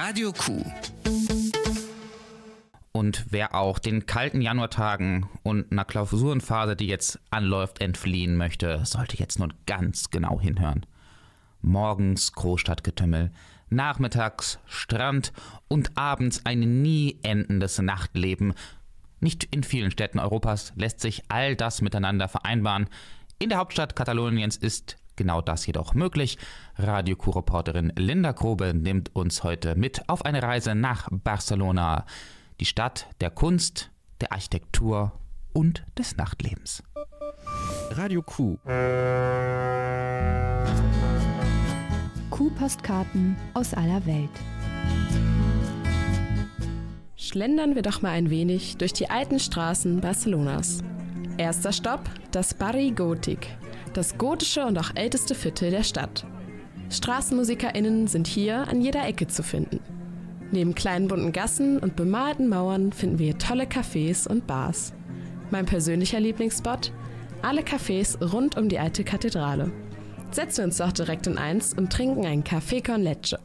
Radio Q. Und wer auch den kalten Januartagen und einer Klausurenphase, die jetzt anläuft, entfliehen möchte, sollte jetzt nun ganz genau hinhören. Morgens Großstadtgetümmel, nachmittags Strand und abends ein nie endendes Nachtleben. Nicht in vielen Städten Europas lässt sich all das miteinander vereinbaren. In der Hauptstadt Kataloniens ist genau das jedoch möglich. Radio Q-Reporterin Linda Grobe nimmt uns heute mit auf eine Reise nach Barcelona. Die Stadt der Kunst, der Architektur und des Nachtlebens. Radio Q. Q-Postkarten aus aller Welt. Schlendern wir doch mal ein wenig durch die alten Straßen Barcelonas. Erster Stopp, das Barri Gòtic, das gotische und auch älteste Viertel der Stadt. StraßenmusikerInnen sind hier an jeder Ecke zu finden. Neben kleinen bunten Gassen und bemalten Mauern finden wir tolle Cafés und Bars. Mein persönlicher Lieblingsspot? Alle Cafés rund um die alte Kathedrale. Setzen wir uns doch direkt in eins und trinken einen Café con Leche.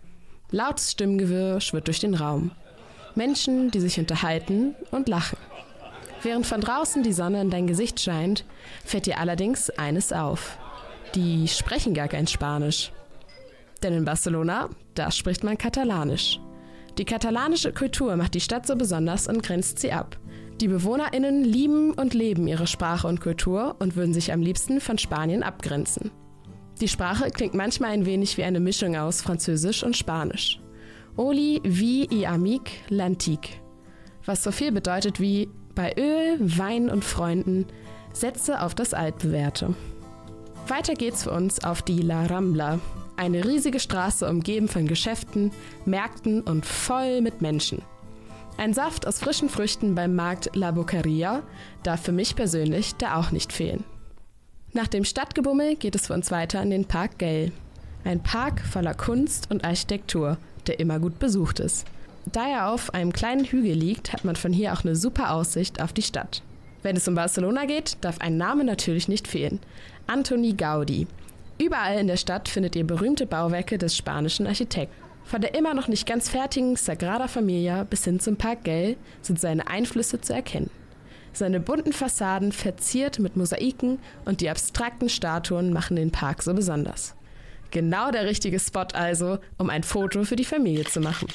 Lautes Stimmengewirr schwirrt durch den Raum. Menschen, die sich unterhalten und lachen. Während von draußen die Sonne in dein Gesicht scheint, fällt dir allerdings eines auf. Die sprechen gar kein Spanisch. Denn in Barcelona, da spricht man Katalanisch. Die katalanische Kultur macht die Stadt so besonders und grenzt sie ab. Die BewohnerInnen lieben und leben ihre Sprache und Kultur und würden sich am liebsten von Spanien abgrenzen. Die Sprache klingt manchmal ein wenig wie eine Mischung aus Französisch und Spanisch. Oli vi y amic l'antique, was so viel bedeutet wie bei Öl, Wein und Freunden, Sätze auf das Altbewährte. Weiter geht's für uns auf die La Rambla, eine riesige Straße umgeben von Geschäften, Märkten und voll mit Menschen. Ein Saft aus frischen Früchten beim Markt La Boqueria darf für mich persönlich da auch nicht fehlen. Nach dem Stadtgebummel geht es für uns weiter in den Parc Güell. Ein Park voller Kunst und Architektur, der immer gut besucht ist. Da er auf einem kleinen Hügel liegt, hat man von hier auch eine super Aussicht auf die Stadt. Wenn es um Barcelona geht, darf ein Name natürlich nicht fehlen. Antoni Gaudí. Überall in der Stadt findet ihr berühmte Bauwerke des spanischen Architekten. Von der immer noch nicht ganz fertigen Sagrada Familia bis hin zum Parc Güell sind seine Einflüsse zu erkennen. Seine bunten Fassaden verziert mit Mosaiken und die abstrakten Statuen machen den Park so besonders. Genau der richtige Spot also, um ein Foto für die Familie zu machen.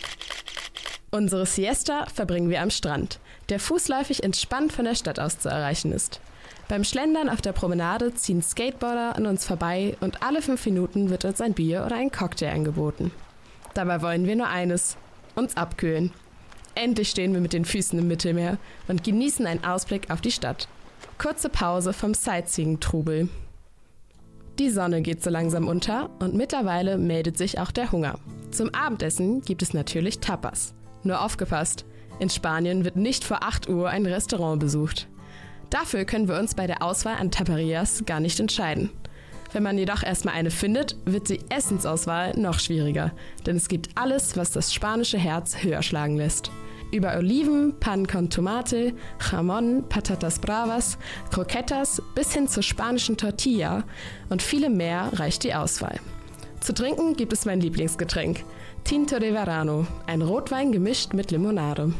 Unsere Siesta verbringen wir am Strand, der fußläufig entspannt von der Stadt aus zu erreichen ist. Beim Schlendern auf der Promenade ziehen Skateboarder an uns vorbei und alle 5 Minuten wird uns ein Bier oder ein Cocktail angeboten. Dabei wollen wir nur eines: uns abkühlen. Endlich stehen wir mit den Füßen im Mittelmeer und genießen einen Ausblick auf die Stadt. Kurze Pause vom Sightseeing-Trubel. Die Sonne geht so langsam unter und mittlerweile meldet sich auch der Hunger. Zum Abendessen gibt es natürlich Tapas. Nur aufgepasst, in Spanien wird nicht vor 8 Uhr ein Restaurant besucht. Dafür können wir uns bei der Auswahl an Taperias gar nicht entscheiden. Wenn man jedoch erstmal eine findet, wird die Essensauswahl noch schwieriger, denn es gibt alles, was das spanische Herz höher schlagen lässt. Über Oliven, Pan con Tomate, Jamón, Patatas Bravas, Croquetas bis hin zur spanischen Tortilla und viele mehr reicht die Auswahl. Zu trinken gibt es mein Lieblingsgetränk, Tinto de Verano, ein Rotwein gemischt mit Limonade.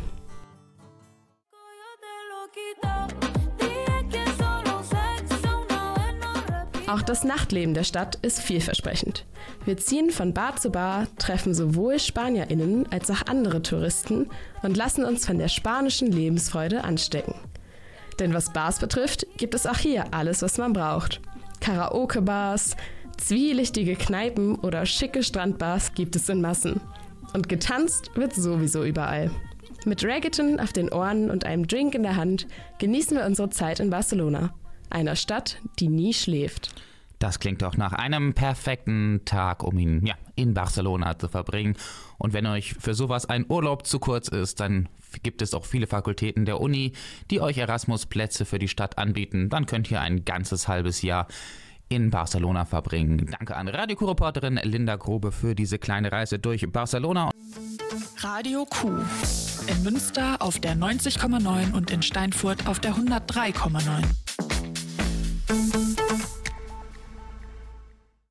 Auch das Nachtleben der Stadt ist vielversprechend. Wir ziehen von Bar zu Bar, treffen sowohl SpanierInnen als auch andere Touristen und lassen uns von der spanischen Lebensfreude anstecken. Denn was Bars betrifft, gibt es auch hier alles, was man braucht. Karaoke-Bars, zwielichtige Kneipen oder schicke Strandbars gibt es in Massen. Und getanzt wird sowieso überall. Mit Reggaeton auf den Ohren und einem Drink in der Hand genießen wir unsere Zeit in Barcelona. Einer Stadt, die nie schläft. Das klingt doch nach einem perfekten Tag, um ihn in Barcelona zu verbringen. Und wenn euch für sowas ein Urlaub zu kurz ist, dann gibt es auch viele Fakultäten der Uni, die euch Erasmus-Plätze für die Stadt anbieten. Dann könnt ihr ein ganzes halbes Jahr in Barcelona verbringen. Danke an Radio Q-Reporterin Linda Grobe für diese kleine Reise durch Barcelona. Radio Q. In Münster auf der 90,9 und in Steinfurt auf der 103,9.